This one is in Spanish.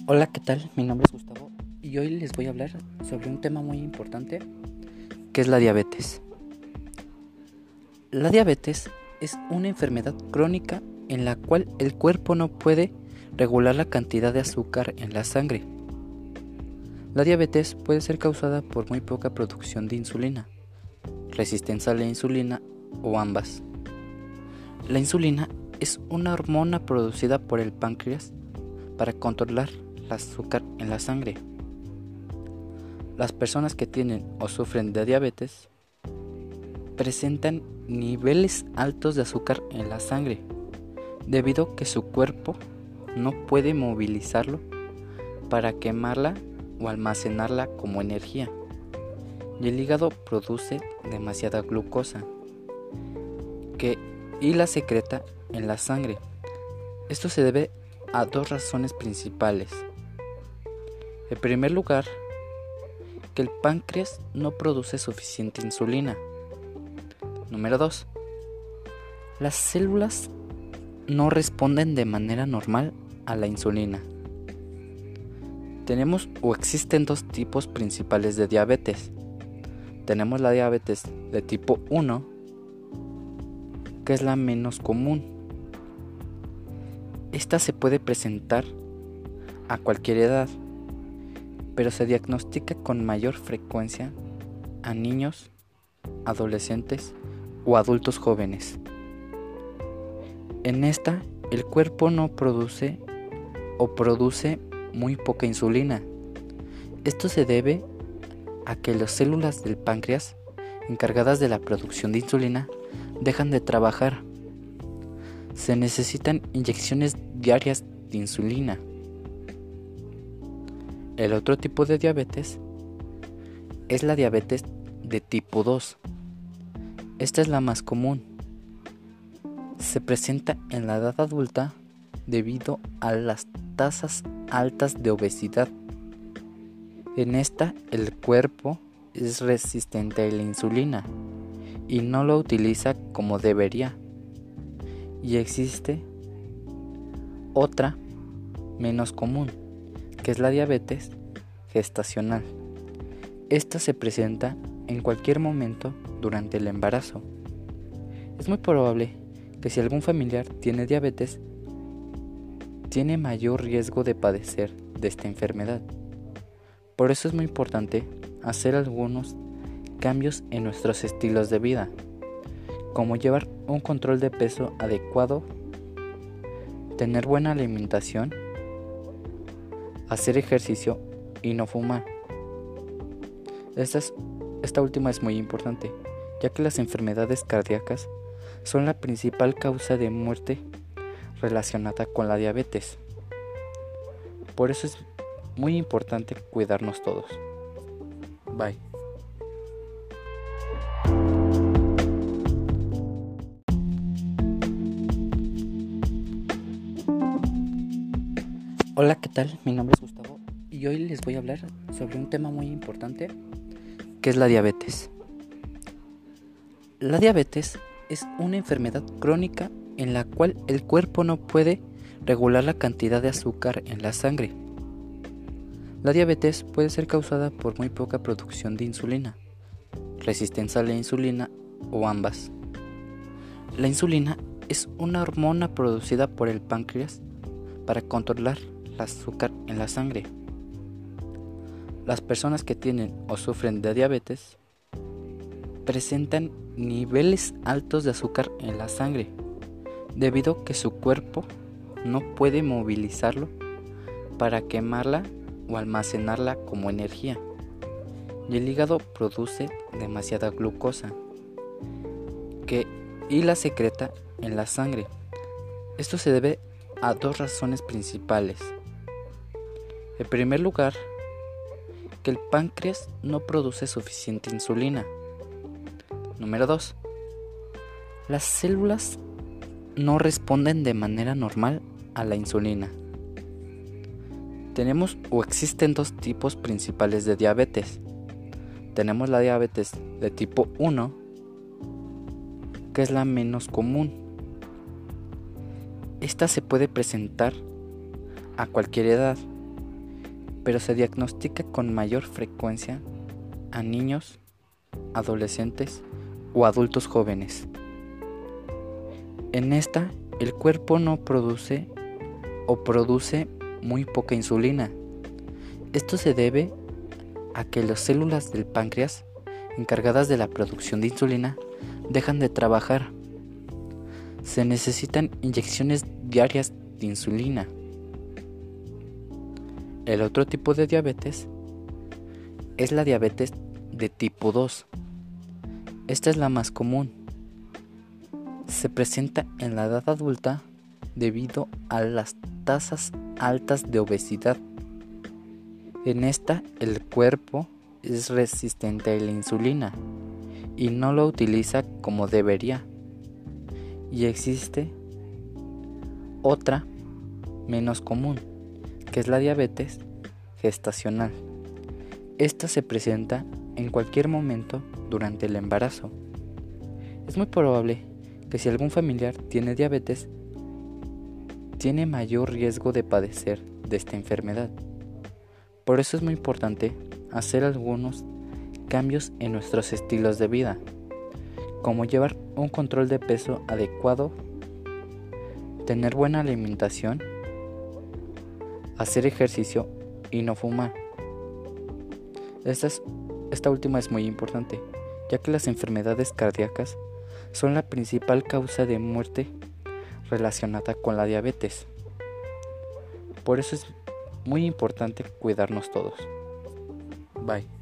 Hola, ¿qué tal? Mi nombre es Gustavo y hoy les voy a hablar sobre un tema muy importante que es la diabetes. La diabetes es una enfermedad crónica en la cual el cuerpo no puede regular la cantidad de azúcar en la sangre. La diabetes puede ser causada por muy poca producción de insulina, resistencia a la insulina o ambas. La insulina es una hormona producida por el páncreas para controlar el azúcar en la sangre. Las personas que tienen o sufren de diabetes presentan niveles altos de azúcar en la sangre debido a que su cuerpo no puede movilizarlo para quemarla o almacenarla como energía, y el hígado produce demasiada glucosa y la secreta en la sangre. Esto se debe a dos razones principales. En primer lugar, que el páncreas no produce suficiente insulina. Número 2. Las células no responden de manera normal a la insulina. Tenemos o existen dos tipos principales de diabetes. Tenemos la diabetes de tipo 1, que es la menos común. Esta se puede presentar a cualquier edad, pero se diagnostica con mayor frecuencia a niños, adolescentes o adultos jóvenes. En esta, el cuerpo no produce o produce muy poca insulina. Esto se debe a que las células del páncreas encargadas de la producción de insulina dejan de trabajar. Se necesitan inyecciones diarias de insulina. El otro tipo de diabetes es la diabetes de tipo 2. Esta es la más común. Se presenta en la edad adulta debido a las tasas altas de obesidad. En esta, el cuerpo es resistente a la insulina y no lo utiliza como debería. Y existe otra menos común, que es la diabetes gestacional. Esta se presenta en cualquier momento durante el embarazo. Es muy probable que si algún familiar tiene diabetes, tiene mayor riesgo de padecer de esta enfermedad. Por eso es muy importante hacer algunos cambios en nuestros estilos de vida, como llevar un control de peso adecuado, tener buena alimentación, hacer ejercicio y no fumar. Esta última es muy importante, ya que las enfermedades cardíacas son la principal causa de muerte relacionada con la diabetes. Por eso es muy importante cuidarnos todos. Bye. Hola, ¿qué tal? Mi nombre es Gustavo y hoy les voy a hablar sobre un tema muy importante que es la diabetes. La diabetes es una enfermedad crónica en la cual el cuerpo no puede regular la cantidad de azúcar en la sangre. La diabetes puede ser causada por muy poca producción de insulina, resistencia a la insulina o ambas. La insulina es una hormona producida por el páncreas para controlar el azúcar en la sangre. Las personas que tienen o sufren de diabetes presentan niveles altos de azúcar en la sangre debido a que su cuerpo no puede movilizarlo para quemarla o almacenarla como energía, y el hígado produce demasiada glucosa y la secreta en la sangre. Esto se debe a dos razones principales. En primer lugar, que el páncreas no produce suficiente insulina. Número 2. Las células no responden de manera normal a la insulina. Tenemos o existen dos tipos principales de diabetes. Tenemos la diabetes de tipo 1, que es la menos común. Esta se puede presentar a cualquier edad, pero se diagnostica con mayor frecuencia a niños, adolescentes o adultos jóvenes. En esta, el cuerpo no produce o produce muy poca insulina. Esto se debe a que las células del páncreas, encargadas de la producción de insulina, dejan de trabajar. Se necesitan inyecciones diarias de insulina. El otro tipo de diabetes es la diabetes de tipo 2. Esta es la más común. Se presenta en la edad adulta debido a las tasas altas de obesidad. En esta, el cuerpo es resistente a la insulina y no lo utiliza como debería. Y existe otra menos común, que es la diabetes gestacional. Esta se presenta en cualquier momento durante el embarazo. Es muy probable que si algún familiar tiene diabetes, tiene mayor riesgo de padecer de esta enfermedad. Por eso es muy importante hacer algunos cambios en nuestros estilos de vida, como llevar un control de peso adecuado, tener buena alimentación, hacer ejercicio y no fumar. Esta última es muy importante, ya que las enfermedades cardíacas son la principal causa de muerte relacionada con la diabetes. Por eso es muy importante cuidarnos todos. Bye.